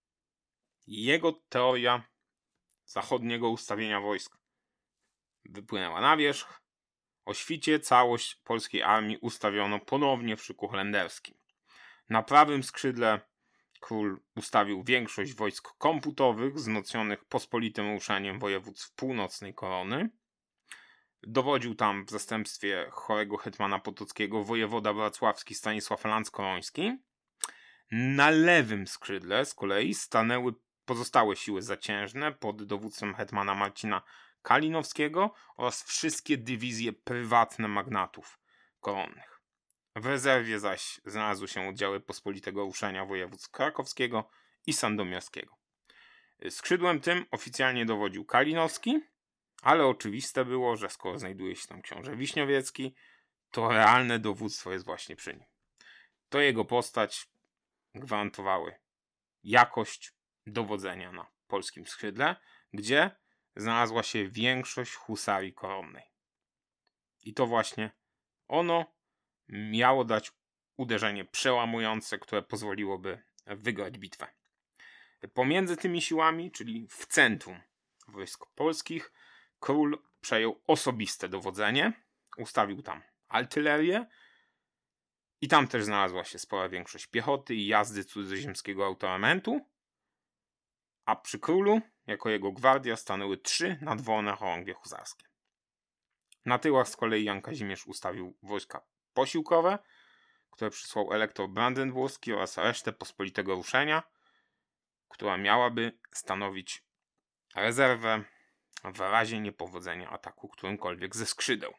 Jego teoria zachodniego ustawienia wojsk wypłynęła na wierzch. O świcie całość polskiej armii ustawiono ponownie w szyku holenderskim. Na prawym skrzydle król ustawił większość wojsk komputowych wzmocnionych pospolitym ruszeniem województw północnej korony. Dowodził tam w zastępstwie chorego hetmana potockiego wojewoda wrocławski Stanisław Lans-Koroński. Na lewym skrzydle z kolei stanęły pozostałe siły zaciężne pod dowództwem hetmana Marcina Kalinowskiego oraz wszystkie dywizje prywatne magnatów koronnych. W rezerwie zaś znalazły się oddziały pospolitego ruszenia województw krakowskiego i sandomierskiego. Skrzydłem tym oficjalnie dowodził Kalinowski, ale oczywiste było, że skoro znajduje się tam książę Wiśniowiecki, to realne dowództwo jest właśnie przy nim. To jego postać gwarantowały jakość dowodzenia na polskim skrzydle, gdzie znalazła się większość husarii koronnej. I to właśnie ono miało dać uderzenie przełamujące, które pozwoliłoby wygrać bitwę. Pomiędzy tymi siłami, czyli w centrum wojsk polskich, król przejął osobiste dowodzenie, ustawił tam artylerię i tam też znalazła się spora większość piechoty i jazdy cudzoziemskiego autorementu, a przy królu, jako jego gwardia, stanęły trzy nadworne chorągwie husarskie. Na tyłach z kolei Jan Kazimierz ustawił wojska posiłkowe, które przysłał elektor brandenburski oraz resztę pospolitego ruszenia, która miałaby stanowić rezerwę w razie niepowodzenia ataku którymkolwiek ze skrzydeł.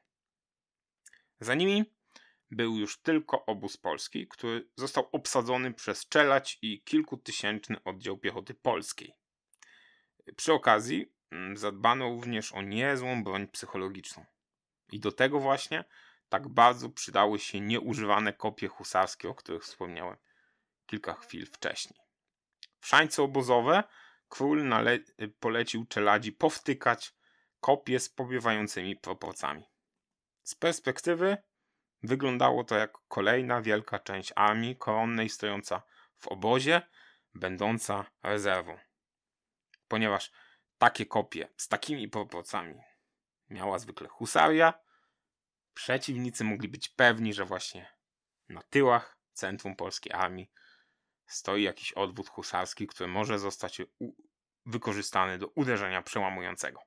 Za nimi był już tylko obóz polski, który został obsadzony przez czelać i kilkutysięczny oddział piechoty polskiej. Przy okazji zadbano również o niezłą broń psychologiczną. I do tego właśnie tak bardzo przydały się nieużywane kopie husarskie, o których wspomniałem kilka chwil wcześniej. W szańce obozowe król nale- polecił czeladzi powtykać kopie z powiewającymi proporcjami. Z perspektywy wyglądało to jak kolejna wielka część armii koronnej stojąca w obozie, będąca rezerwą. Ponieważ takie kopie z takimi proporcjami miała zwykle husaria, przeciwnicy mogli być pewni, że właśnie na tyłach centrum polskiej armii stoi jakiś odwód husarski, który może zostać u- wykorzystany do uderzenia przełamującego.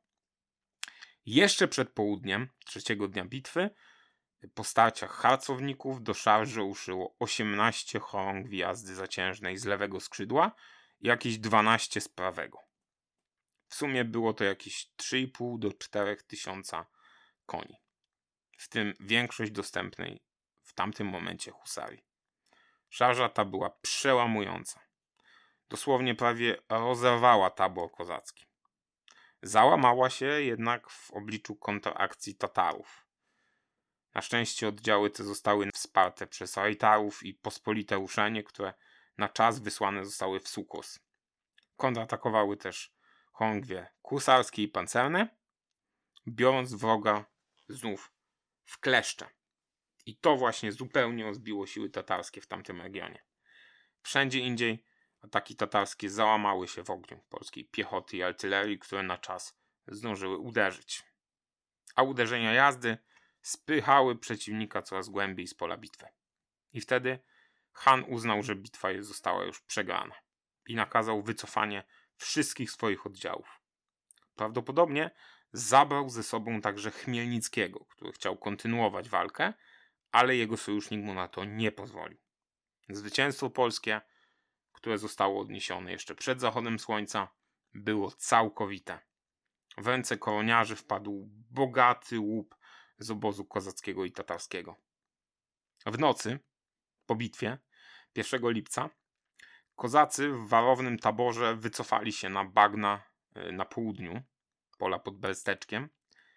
Jeszcze przed południem trzeciego dnia bitwy po starciach harcowników do szarży ruszyło osiemnaście chorąg jazdy zaciężnej z lewego skrzydła i jakieś dwanaście z prawego. W sumie było to jakieś trzy i pół do czterech tysiąca koni, w tym większość dostępnej w tamtym momencie husarii. Szarża ta była przełamująca. Dosłownie prawie rozerwała tabor kozacki. Załamała się jednak w obliczu kontrakcji Tatarów. Na szczęście oddziały te zostały wsparte przez Rajtarów i pospolite ruszenie, które na czas wysłane zostały w Sukos. Kontratakowały też chorągwie kusarskie i pancerne, biorąc wroga znów w kleszcze. I to właśnie zupełnie rozbiło siły tatarskie w tamtym regionie. Wszędzie indziej ataki tatarskie załamały się w ogniu polskiej piechoty i artylerii, które na czas zdążyły uderzyć. A uderzenia jazdy spychały przeciwnika coraz głębiej z pola bitwy. I wtedy Han uznał, że bitwa została już przegrana i nakazał wycofanie wszystkich swoich oddziałów. Prawdopodobnie zabrał ze sobą także Chmielnickiego, który chciał kontynuować walkę, ale jego sojusznik mu na to nie pozwolił. Zwycięstwo polskie, które zostało odniesione jeszcze przed zachodem słońca, było całkowite. W ręce koroniarzy wpadł bogaty łup z obozu kozackiego i tatarskiego. W nocy, po bitwie, pierwszego lipca, kozacy w warownym taborze wycofali się na bagna na południu, pola pod Bersteczkiem.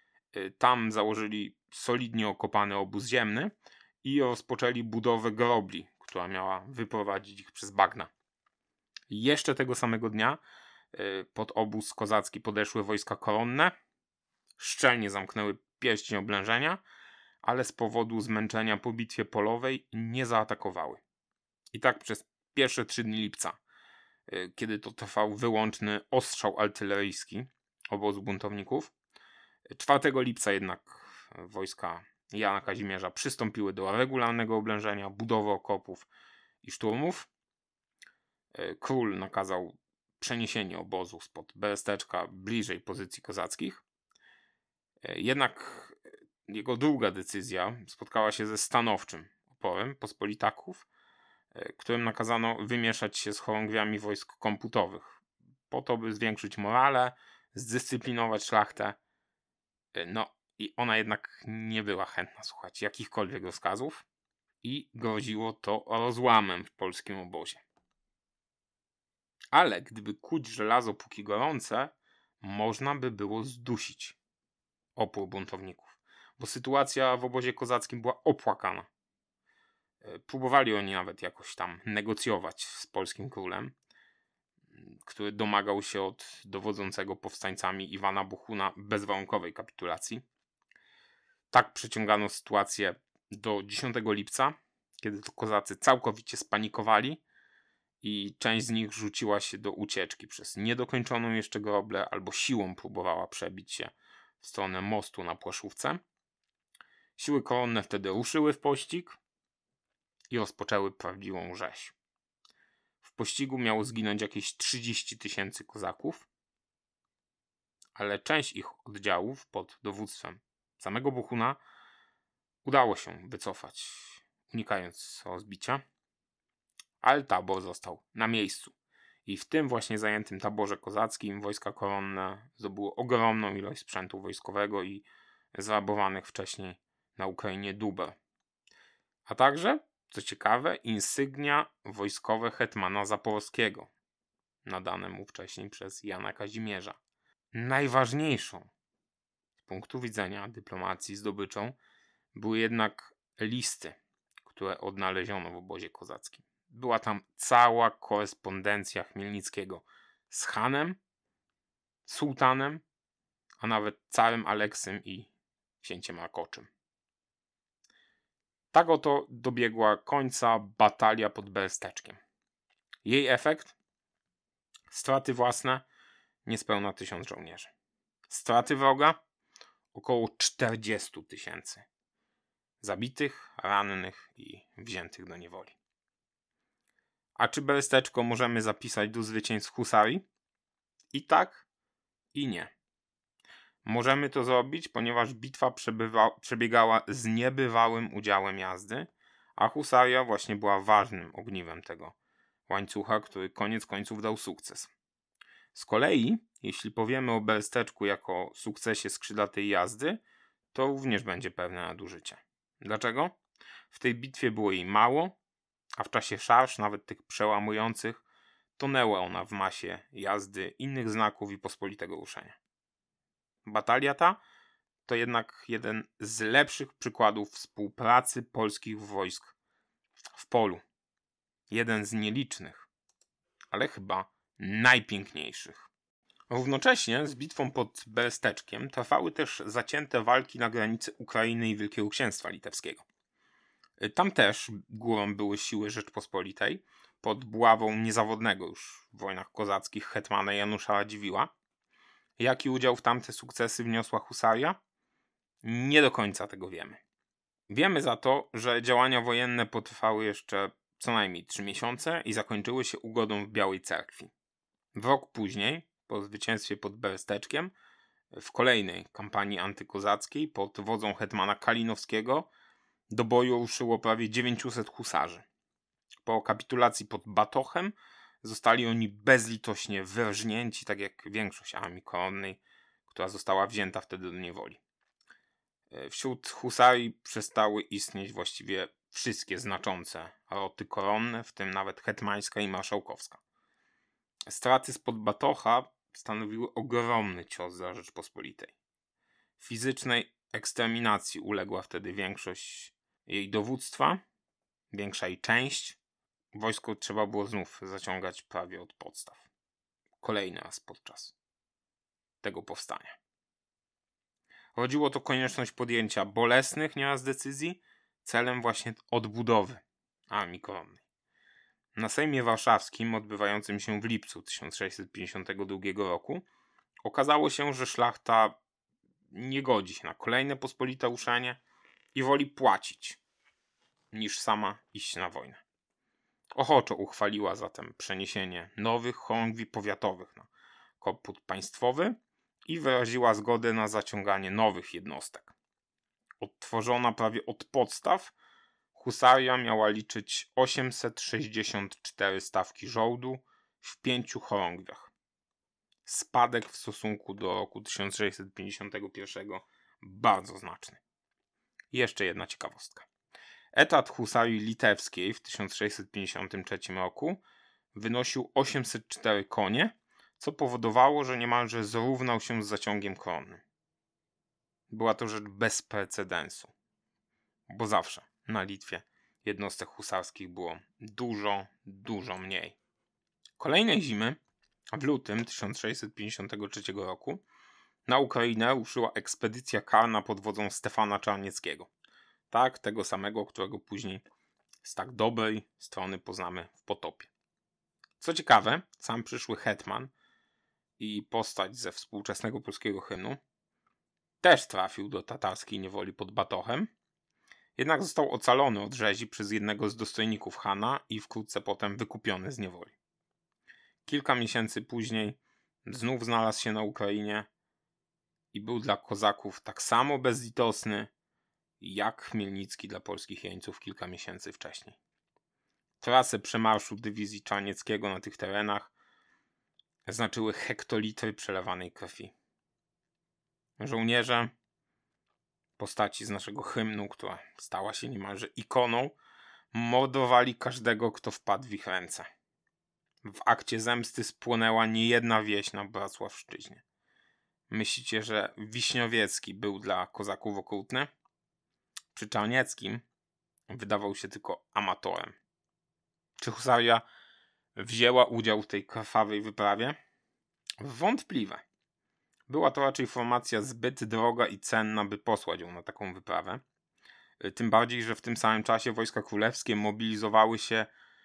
Tam założyli solidnie okopany obóz ziemny i rozpoczęli budowę grobli, która miała wyprowadzić ich przez bagna. Jeszcze tego samego dnia pod obóz kozacki podeszły wojska koronne, szczelnie zamknęły pierścień oblężenia, ale z powodu zmęczenia po bitwie polowej nie zaatakowały. I tak przez pierwsze trzy dni lipca, kiedy to trwał wyłączny ostrzał artyleryjski obozu buntowników, czwartego lipca jednak wojska Jana Kazimierza przystąpiły do regularnego oblężenia, budowy okopów i szturmów. Król nakazał przeniesienie obozu spod Beresteczka bliżej pozycji kozackich. Jednak jego druga decyzja spotkała się ze stanowczym oporem pospolitaków, którym nakazano wymieszać się z chorągwiami wojsk komputowych, po to by zwiększyć morale, zdyscyplinować szlachtę. No i ona jednak nie była chętna słuchać jakichkolwiek rozkazów i groziło to rozłamem w polskim obozie. Ale gdyby kuć żelazo póki gorące, można by było zdusić opór buntowników, bo sytuacja w obozie kozackim była opłakana. Próbowali oni nawet jakoś tam negocjować z polskim królem, który domagał się od dowodzącego powstańcami Iwana Bohuna bezwarunkowej kapitulacji. Tak przeciągano sytuację do dziesiątego lipca, kiedy to kozacy całkowicie spanikowali i część z nich rzuciła się do ucieczki przez niedokończoną jeszcze groblę albo siłą próbowała przebić się w stronę mostu na Płaszówce. Siły koronne wtedy ruszyły w pościg i rozpoczęły prawdziwą rzeź. W pościgu miało zginąć jakieś trzydzieści tysięcy kozaków, ale część ich oddziałów pod dowództwem samego Bohuna udało się wycofać, unikając rozbicia, ale tabor został na miejscu. I w tym właśnie zajętym taborze kozackim wojska koronne zdobyły ogromną ilość sprzętu wojskowego i zrabowanych wcześniej na Ukrainie dóbr. A także, co ciekawe, insygnia wojskowe hetmana Zaporowskiego, nadane mu wcześniej przez Jana Kazimierza. Najważniejszą z punktu widzenia dyplomacji zdobyczą były jednak listy, które odnaleziono w obozie kozackim. Była tam cała korespondencja Chmielnickiego z Hanem, sułtanem, a nawet carem Aleksym i księciem Rakoczym. Tak oto dobiegła końca batalia pod Beresteczkiem. Jej efekt? Straty własne niespełna tysiąc żołnierzy. Straty wroga? Około czterdziestu tysięcy. Zabitych, rannych i wziętych do niewoli. A czy Beresteczko możemy zapisać do zwycięstw husarii? I tak, i nie. Możemy to zrobić, ponieważ bitwa przebywa, przebiegała z niebywałym udziałem jazdy, a husaria właśnie była ważnym ogniwem tego łańcucha, który koniec końców dał sukces. Z kolei, jeśli powiemy o Beresteczku jako sukcesie skrzydlatej jazdy, to również będzie pewne nadużycie. Dlaczego? W tej bitwie było jej mało, a w czasie szarż, nawet tych przełamujących, tonęła ona w masie jazdy, innych znaków i pospolitego ruszenia. Batalia ta to jednak jeden z lepszych przykładów współpracy polskich wojsk w polu. Jeden z nielicznych, ale chyba najpiękniejszych. Równocześnie z bitwą pod Beresteczkiem trwały też zacięte walki na granicy Ukrainy i Wielkiego Księstwa Litewskiego. Tam też górą były siły Rzeczpospolitej pod buławą niezawodnego już w wojnach kozackich hetmana Janusza Radziwiłła. Jaki udział w tamte sukcesy wniosła husaria? Nie do końca tego wiemy. Wiemy za to, że działania wojenne potrwały jeszcze co najmniej trzy miesiące i zakończyły się ugodą w Białej Cerkwi. W rok później, po zwycięstwie pod Beresteczkiem, w kolejnej kampanii antykozackiej pod wodzą hetmana Kalinowskiego do boju ruszyło prawie dziewięciuset husarzy. Po kapitulacji pod Batochem zostali oni bezlitośnie wyrżnięci, tak jak większość armii koronnej, która została wzięta wtedy do niewoli. Wśród husarii przestały istnieć właściwie wszystkie znaczące roty koronne, w tym nawet hetmańska i marszałkowska. Straty spod Batocha stanowiły ogromny cios dla Rzeczpospolitej. Fizycznej eksterminacji uległa wtedy większość jej dowództwa, większa jej część. Wojsko trzeba było znów zaciągać prawie od podstaw. Kolejny raz podczas tego powstania. Rodziło to konieczność podjęcia bolesnych nieraz decyzji celem właśnie odbudowy armii koronnej. Na Sejmie Warszawskim, odbywającym się w lipcu tysiąc sześćset pięćdziesiątego drugiego roku, okazało się, że szlachta nie godzi się na kolejne pospolite ruszenie i woli płacić, niż sama iść na wojnę. Ochoczo uchwaliła zatem przeniesienie nowych chorągwi powiatowych na korpus państwowy i wyraziła zgodę na zaciąganie nowych jednostek. Odtworzona prawie od podstaw, husaria miała liczyć osiemset sześćdziesiąt cztery stawki żołdu w pięciu chorągwiach. Spadek w stosunku do roku tysiąc sześćset pięćdziesiątego pierwszego bardzo znaczny. I jeszcze jedna ciekawostka. Etat husarii litewskiej w tysiąc sześćset pięćdziesiątym trzecim roku wynosił osiemset cztery konie, co powodowało, że niemalże zrównał się z zaciągiem koronnym. Była to rzecz bez precedensu, bo zawsze na Litwie jednostek husarskich było dużo, dużo mniej. Kolejnej zimy, w lutym tysiąc sześćset pięćdziesiątego trzeciego roku, na Ukrainę ruszyła ekspedycja karna pod wodzą Stefana Czarnieckiego. Tak, tego samego, którego później z tak dobrej strony poznamy w Potopie. Co ciekawe, sam przyszły hetman i postać ze współczesnego polskiego hymnu też trafił do tatarskiej niewoli pod Batochem, jednak został ocalony od rzezi przez jednego z dostojników Hana i wkrótce potem wykupiony z niewoli. Kilka miesięcy później znów znalazł się na Ukrainie i był dla kozaków tak samo bezlitosny, jak Chmielnicki dla polskich jeńców kilka miesięcy wcześniej. Trasy przemarszu dywizji Czarnieckiego na tych terenach znaczyły hektolitry przelewanej krwi. Żołnierze, postaci z naszego hymnu, która stała się niemalże ikoną, mordowali każdego, kto wpadł w ich ręce. W akcie zemsty spłonęła niejedna wieś na Bracławszczyźnie. Myślicie, że Wiśniowiecki był dla kozaków okrutny? przy Czarnieckim wydawał się tylko amatorem. Czy husaria wzięła udział w tej krwawej wyprawie? Wątpliwe. Była to raczej formacja zbyt droga i cenna, by posłać ją na taką wyprawę. Tym bardziej, że w tym samym czasie wojska królewskie mobilizowały się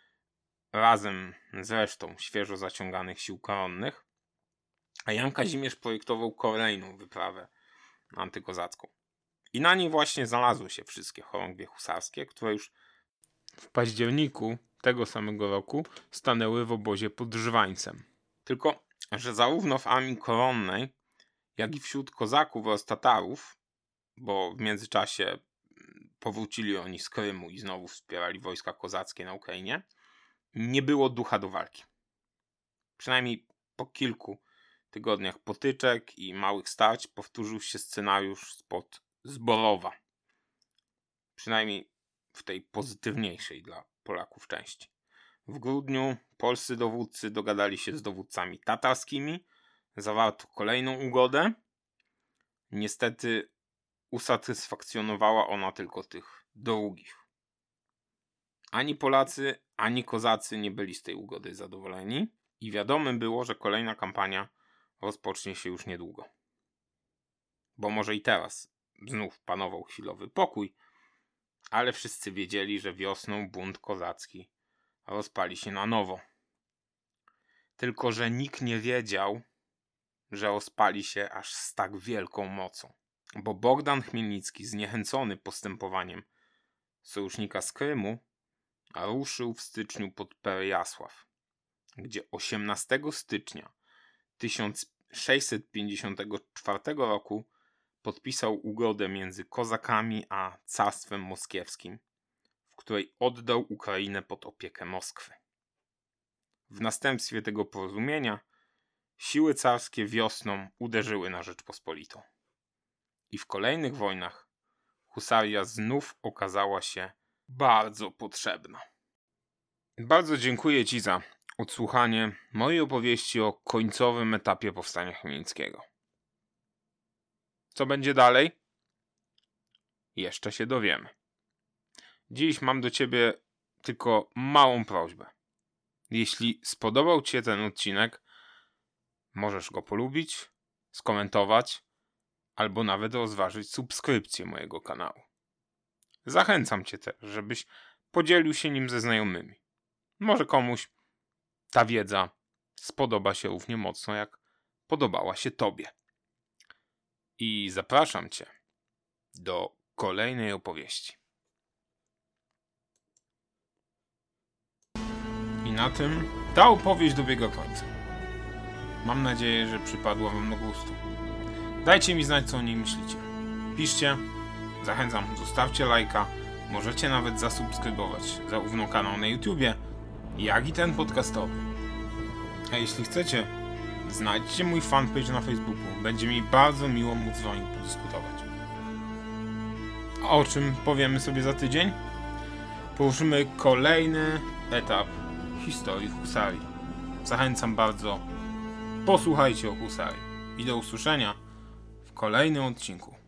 razem z resztą świeżo zaciąganych sił koronnych, a Jan Kazimierz projektował kolejną wyprawę antykozacką. I na niej właśnie znalazły się wszystkie chorągwie husarskie, które już w październiku tego samego roku stanęły w obozie pod Żwańcem. Tylko że zarówno w armii koronnej, jak i wśród kozaków oraz Tatarów, bo w międzyczasie powrócili oni z Krymu i znowu wspierali wojska kozackie na Ukrainie, nie było ducha do walki. Przynajmniej po kilku tygodniach potyczek i małych starć powtórzył się scenariusz spod Zborowa. Przynajmniej w tej pozytywniejszej dla Polaków części. W grudniu polscy dowódcy dogadali się z dowódcami tatarskimi, zawarto kolejną ugodę. Niestety usatysfakcjonowała ona tylko tych drugich. Ani Polacy, ani Kozacy nie byli z tej ugody zadowoleni i wiadomym było, że kolejna kampania rozpocznie się już niedługo. Bo może i teraz znów panował chwilowy pokój, ale wszyscy wiedzieli, że wiosną bunt kozacki rozpali się na nowo. Tylko że nikt nie wiedział, że rozpali się aż z tak wielką mocą. Bo Bogdan Chmielnicki, zniechęcony postępowaniem sojusznika z Krymu, ruszył w styczniu pod Perejasław, gdzie osiemnastego stycznia tysiąc sześćset pięćdziesiątego czwartego roku podpisał ugodę między kozakami a carstwem moskiewskim, w której oddał Ukrainę pod opiekę Moskwy. W następstwie tego porozumienia siły carskie wiosną uderzyły na Rzeczpospolitą. I w kolejnych wojnach husaria znów okazała się bardzo potrzebna. Bardzo dziękuję Ci za odsłuchanie mojej opowieści o końcowym etapie powstania chmielnickiego. Co będzie dalej? Jeszcze się dowiemy. Dziś mam do Ciebie tylko małą prośbę. Jeśli spodobał Ci się ten odcinek, możesz go polubić, skomentować, albo nawet rozważyć subskrypcję mojego kanału. Zachęcam Cię też, żebyś podzielił się nim ze znajomymi. Może komuś ta wiedza spodoba się równie mocno, jak podobała się Tobie. I zapraszam Cię do kolejnej opowieści. I na tym ta opowieść dobiega końca. Mam nadzieję, że przypadła Wam do gustu. Dajcie mi znać, co o niej myślicie. Piszcie, zachęcam, zostawcie lajka, możecie nawet zasubskrybować zarówno kanał na YouTubie, jak i ten podcastowy. A jeśli chcecie, znajdźcie mój fanpage na Facebooku. Będzie mi bardzo miło móc z Wami podyskutować. A o czym powiemy sobie za tydzień? Poruszymy kolejny etap historii husarii. Zachęcam bardzo. Posłuchajcie o husarii. I do usłyszenia w kolejnym odcinku.